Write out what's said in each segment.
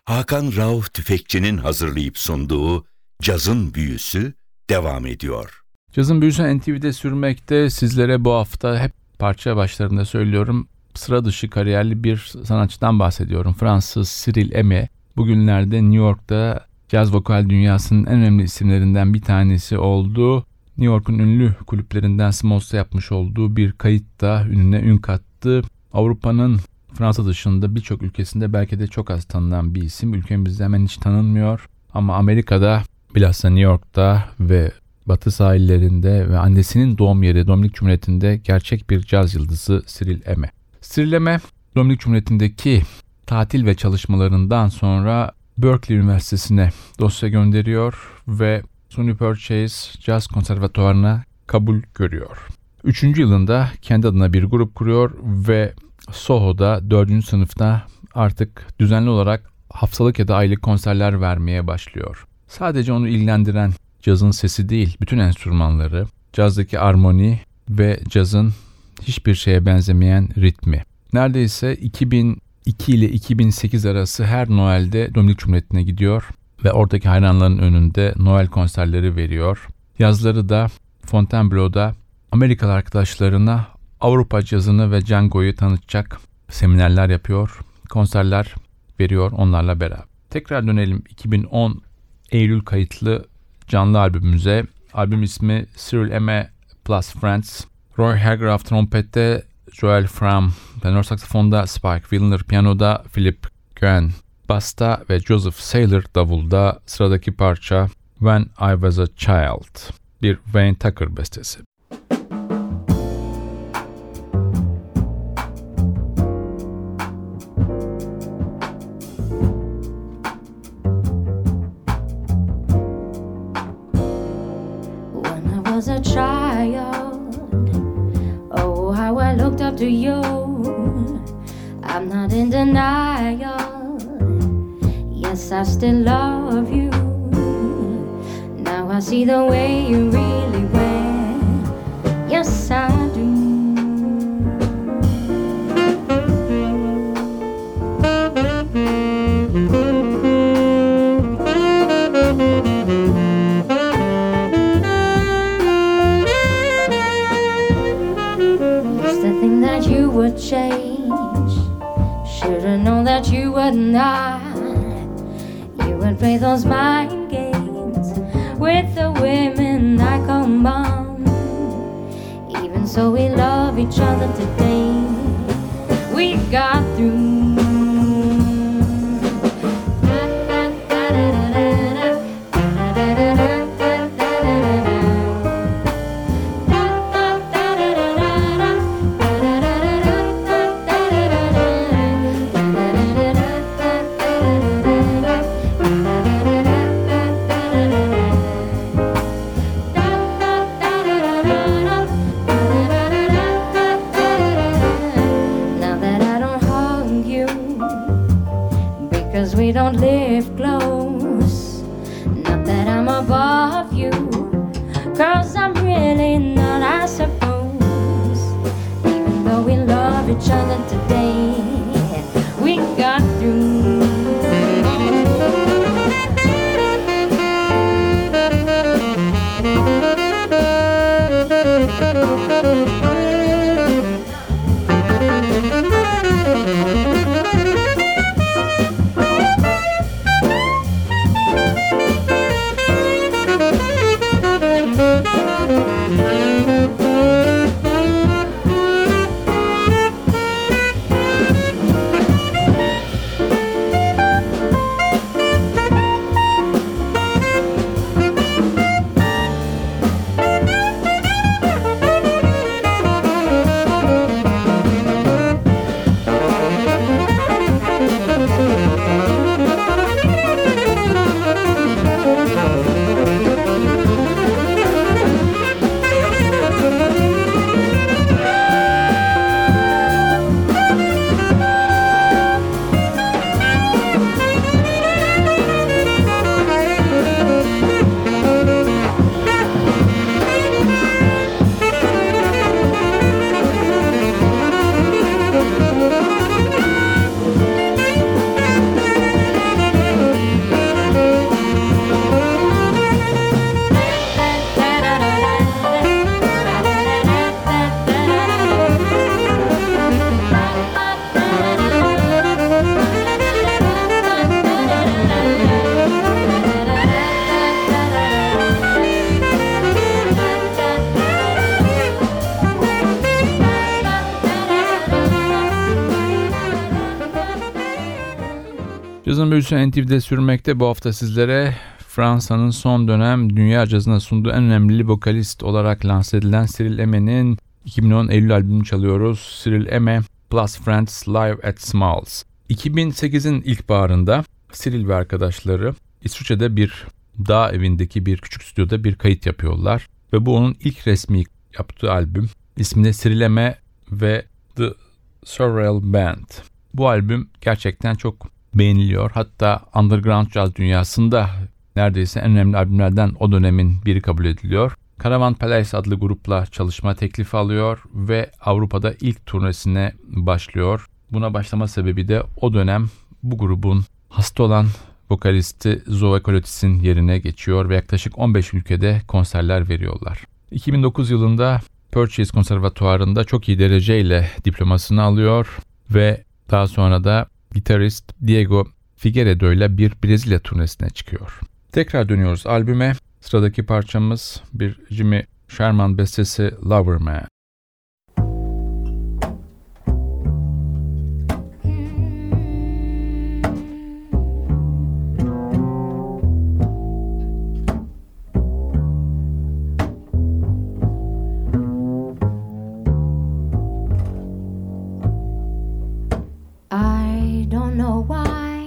Hakan Rauf Tüfekçi'nin hazırlayıp sunduğu Cazın Büyüsü devam ediyor. Cazın Büyüsü NTV'de sürmekte. Sizlere bu hafta hep parça başlarında söylüyorum. Sıra dışı kariyerli bir sanatçıdan bahsediyorum. Fransız Cyril Aimé bugünlerde New York'ta caz vokal dünyasının en önemli isimlerinden bir tanesi oldu. New York'un ünlü kulüplerinden Smalls'ta yapmış olduğu bir kayıtta ününe ün kattı. Avrupa'nın Fransa dışında birçok ülkesinde belki de çok az tanınan bir isim. Ülkemizde hemen hiç tanınmıyor. Ama Amerika'da, bilhassa New York'ta ve Batı sahillerinde ve annesinin doğum yeri Dominik Cumhuriyeti'nde gerçek bir caz yıldızı Cyril Aimé. Cyril Aimé, Dominik Cumhuriyeti'ndeki tatil ve çalışmalarından sonra Berkeley Üniversitesi'ne dosya gönderiyor ve SUNY Purchase Caz Konservatuvarı'na kabul görüyor. 3. yılında kendi adına bir grup kuruyor ve Soho'da 4. sınıfta artık düzenli olarak haftalık ya da aylık konserler vermeye başlıyor. Sadece onu ilgilendiren cazın sesi değil, bütün enstrümanları, cazdaki armoni ve cazın hiçbir şeye benzemeyen ritmi. Neredeyse 2002 ile 2008 arası her Noel'de Dominik Cumhuriyeti'ne gidiyor ve oradaki hayranların önünde Noel konserleri veriyor. Yazları da Fontainebleau'da Amerikalı arkadaşlarına Avrupa cazını ve Django'yu tanıtacak seminerler yapıyor, konserler veriyor onlarla beraber. Tekrar dönelim 2010 Eylül kayıtlı canlı albümümüze. Albüm ismi Cyril Aimé Plus Friends. Roy Hargrove trompette, Joel Fram tenor saksafonda, Spike Wheeler piyanoda, Philip Cohen basta ve Joseph Saylor davulda. Sıradaki parça When I Was a Child, bir Wayne Tucker bestesi. As a child, oh how I looked up to you. I'm not in denial. Yes, I still love you. Now I see the way you really were. Yes, I do. Would change. Should've known that you would not. You would play those mind games with the women I come on. Even so, we love each other today. We got through. We don't live close. Not that I'm above you, 'cause I'm really not, I suppose. Even though we love each other today, we got through. Cazın büyüsü NTV'de sürmekte. Bu hafta sizlere Fransa'nın son dönem dünya cazına sunduğu en önemli vokalist olarak lanse edilen Cyril Aimé'nin 2010 Eylül albümünü çalıyoruz. Cyril Aimé Plus Friends Live at Smalls. 2008'in ilkbaharında Cyril ve arkadaşları İsviçre'de bir dağ evindeki bir küçük stüdyoda bir kayıt yapıyorlar. Ve bu onun ilk resmi yaptığı albüm. İsmi de Cyril Aimé ve The Surreal Band. Bu albüm gerçekten çok beğeniliyor. Hatta underground caz dünyasında neredeyse en önemli albümlerden o dönemin biri kabul ediliyor. Caravan Palace adlı grupla çalışma teklifi alıyor ve Avrupa'da ilk turnesine başlıyor. Buna başlama sebebi de o dönem bu grubun hasta olan vokalisti Zoe Colotis'in yerine geçiyor ve yaklaşık 15 ülkede konserler veriyorlar. 2009 yılında Purchase Konservatuvarı'nda çok iyi dereceyle diplomasını alıyor ve daha sonra da gitarist Diego Figueiredo ile bir Brezilya turnesine çıkıyor. Tekrar dönüyoruz albüme. Sıradaki parçamız bir Jimmy Sherman bestesi Lover Man. I don't know why,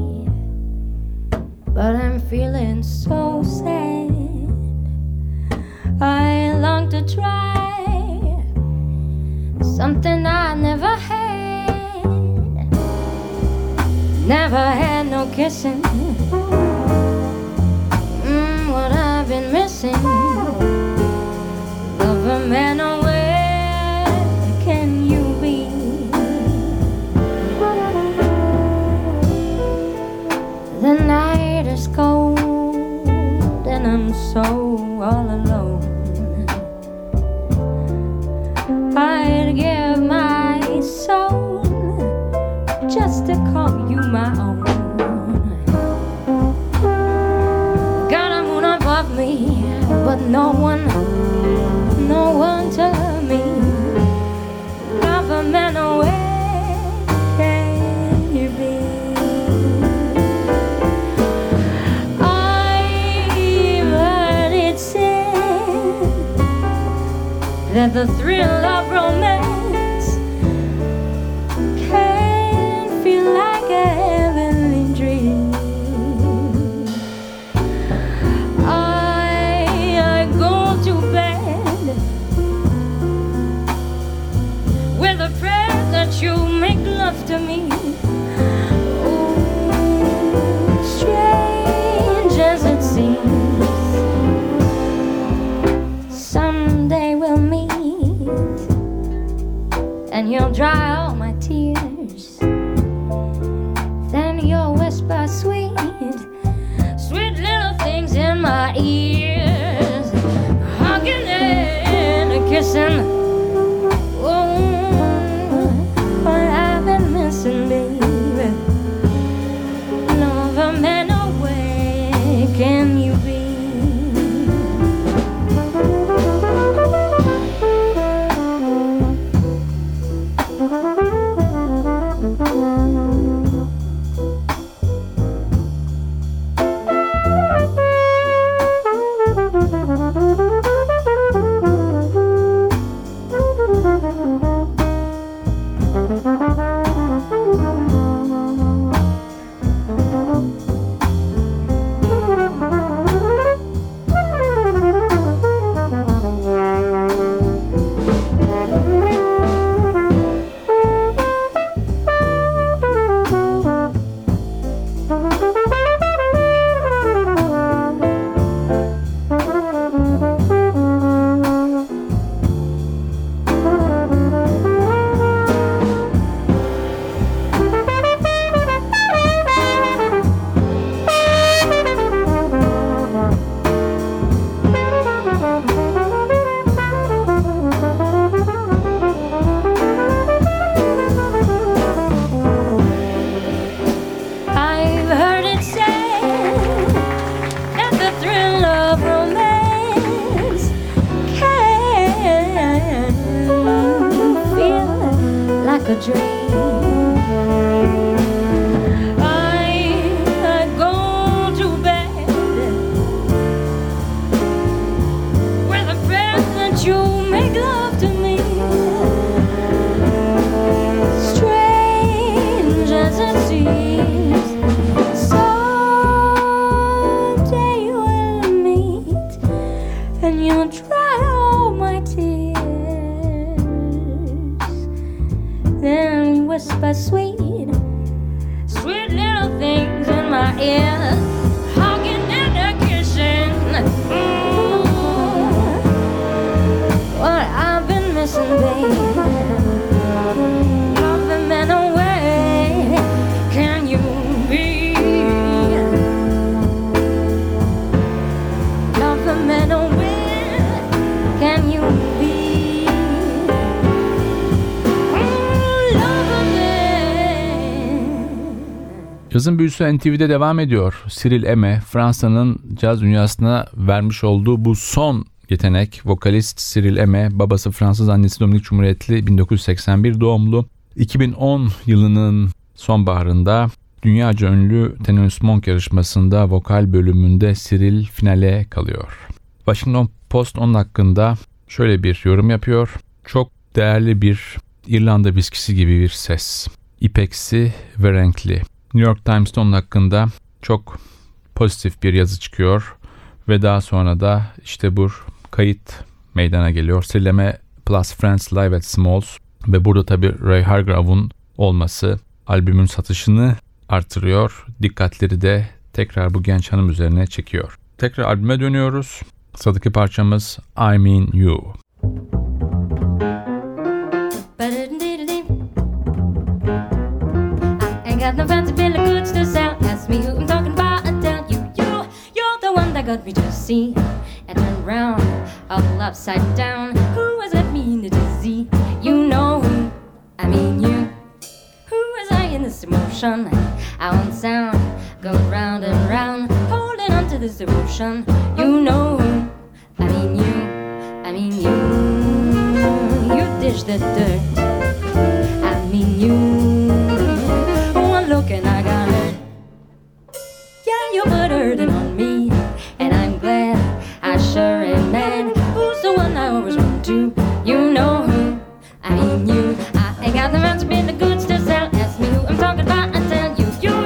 but I'm feeling so sad. I long to try something I never had. Never had no kissing. What I've been missing. Lover man, oh, where can you be? The night is cold and I'm so all alone. I'd give my soul just to call you my own. Got a moon above me, but no one to love me. Lover man, where can you be? That the thrill of romance can feel like a heavenly dream. I go to bed with a prayer that you make love to me. Oh, strange as it seems, someday we'll meet and you'll dry all my tears. Then you'll whisper sweet, sweet little things in my ears, hugging and kissing. Oh, what I've been missing, baby. Lover man, where can you be? like a dream. I've Cazın büyüsü NTV'de devam ediyor. Cyril Aimé, Fransa'nın caz dünyasına vermiş olduğu bu son yetenek. Vokalist Cyril Aimé, babası Fransız, annesi Dominik Cumhuriyetli, 1981 doğumlu. 2010 yılının sonbaharında dünyaca ünlü Thelonious Monk yarışmasında vokal bölümünde Cyril finale kalıyor. Washington Post onun hakkında şöyle bir yorum yapıyor. Çok değerli bir İrlanda viskisi gibi bir ses. İpeksi ve renkli. New York Times'ta onun hakkında çok pozitif bir yazı çıkıyor. Ve daha sonra da işte bu kayıt meydana geliyor. Cyril Aimé Plus Friends Live at Smalls. Ve burada tabii Roy Hargrove'un olması albümün satışını artırıyor. Dikkatleri de tekrar bu genç hanım üzerine çekiyor. Tekrar albüme dönüyoruz. Sıradaki parçamız I Mean You. Got no fancy bill of goods to sell. Ask me who I'm talking about and tell you, you're the one that got me to see and turn round, all upside down. Who has got me in the dizzy? You know who, I mean you. Who was I in this emotion? I won't sound, go round and round, holding on to this devotion. You know who, I mean you, I mean you. You dish the dirt, I mean you. Looking, I got hurt. Yeah, you put hurting on me, and I'm glad I sure am mad. Who's the one I always run to? You know who, I mean you. I ain't got the right to be the goods to sell. Ask me who I'm talking about and tell you, you.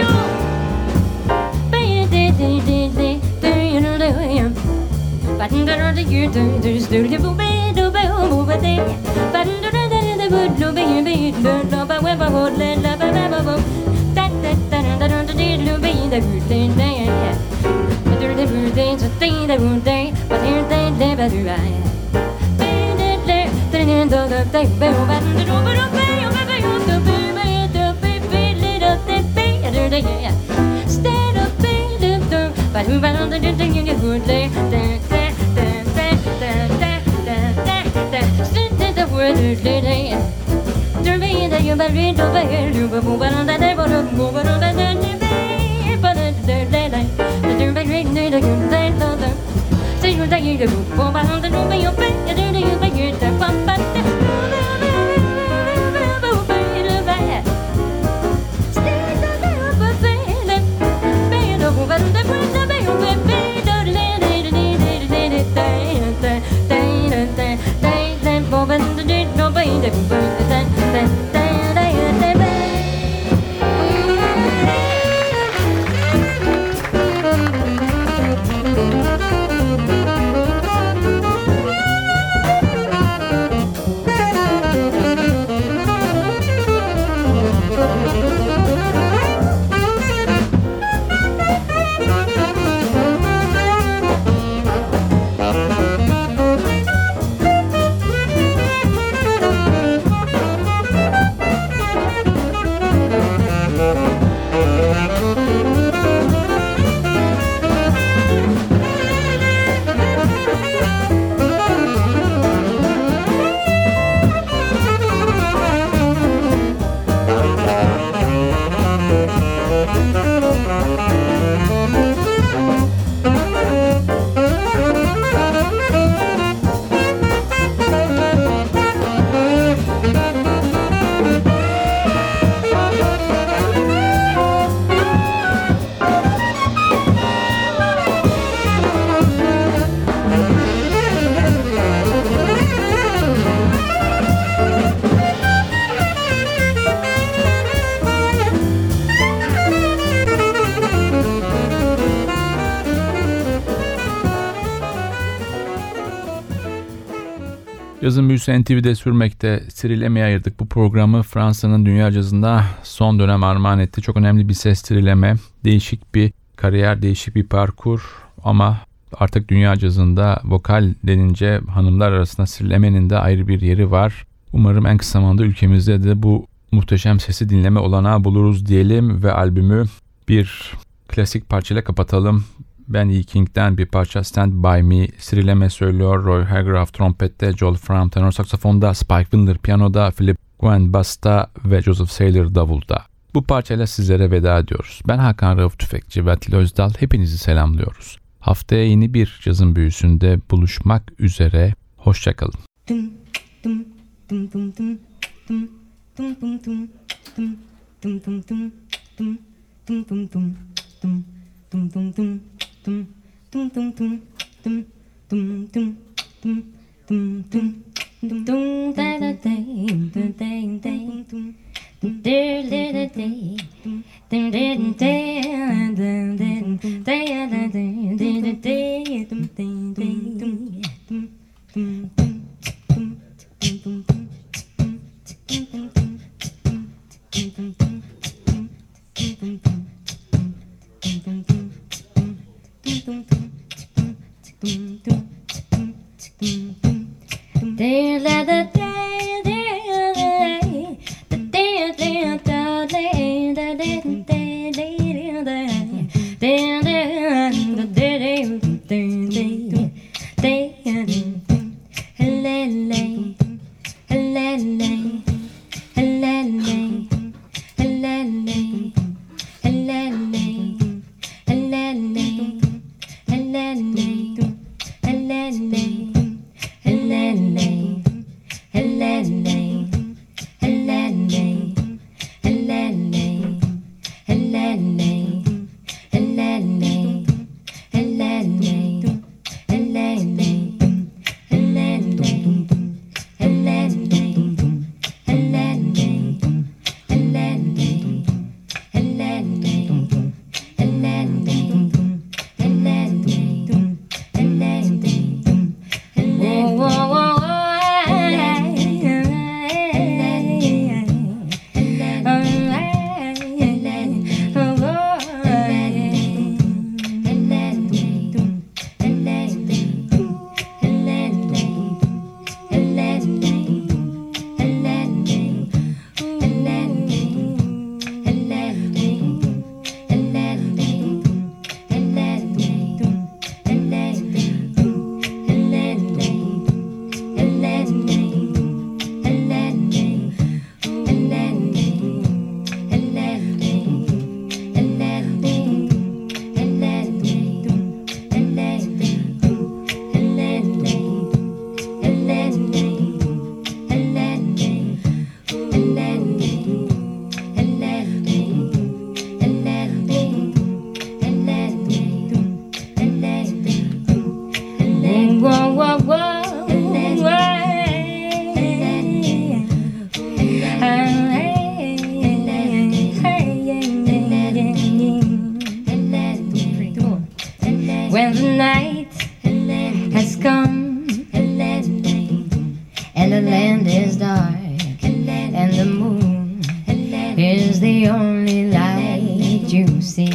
Cazın büyüsü NTV'de sürmekte. Cyril Aimé'ye ayırdık bu programı. Fransa'nın dünya cazında son dönem armağan etti. Çok önemli bir ses Cyril Aimé. Değişik bir kariyer, değişik bir parkur ama artık dünya cazında vokal denince hanımlar arasında Cyril Aimé'nin de ayrı bir yeri var. Umarım en kısa zamanda ülkemizde de bu muhteşem sesi dinleme olanağı buluruz diyelim ve albümü bir klasik parçayla kapatalım. Ben E. King'den bir parça Stand By Me. Cyril Aimé söylüyor, Roy Hargrove trompette, Joel Frahm tenor saksafonda, Spike Wonder piyanoda, Philip Gwen basta ve Joseph Saylor davulda. Bu parçayla sizlere veda ediyoruz. Ben Hakan Rauf Tüfekçi ve Atilla Özdal. Hepinizi selamlıyoruz. Haftaya yeni bir cazın büyüsünde buluşmak üzere. Hoşçakalın. When the night has come and the land is dark and the moon is the only light you see.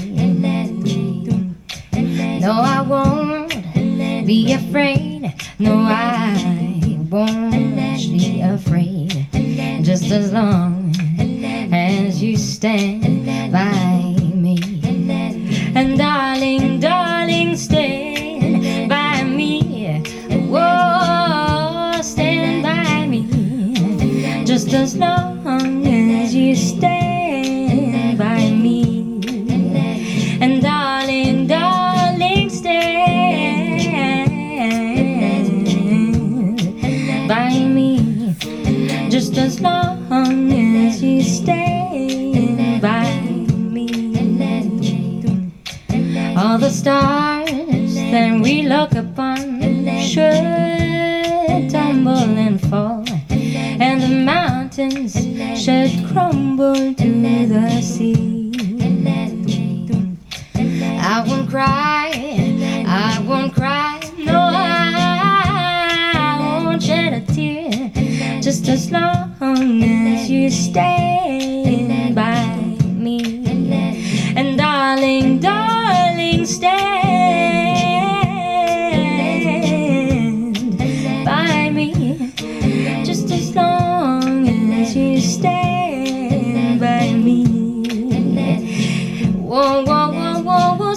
No, I won't be afraid. No, I won't be afraid. Just as long as you stand by me. And darling, darling, stand by me. Whoa, stand by me. Just as long as you stand by me. And darling, darling, stand by me. Just as long as you stand by me. All the stars that we look upon should tumble and fall, and the mountains should crumble to the sea. I won't cry, I won't cry, no, I won't shed a tear. Just as long as you stand by me. And darling, darling, stand by me. Just as long as you stand by me. Whoa, whoa, whoa, whoa, whoa,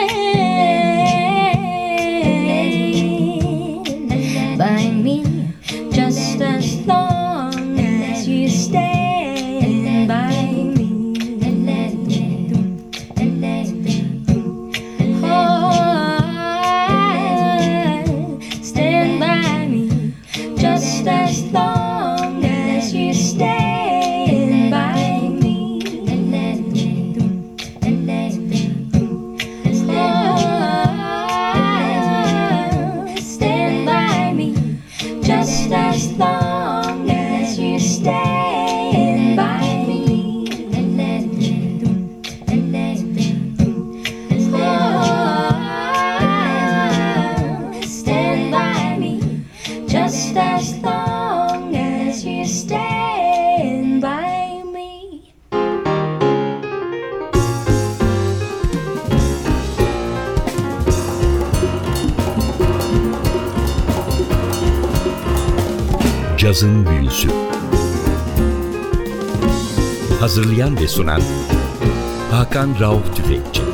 stand by me. Just as long as you stand by me. cazın büyüsü. Hazırlayan ve sunan Hakan Rauf Tüfekçi.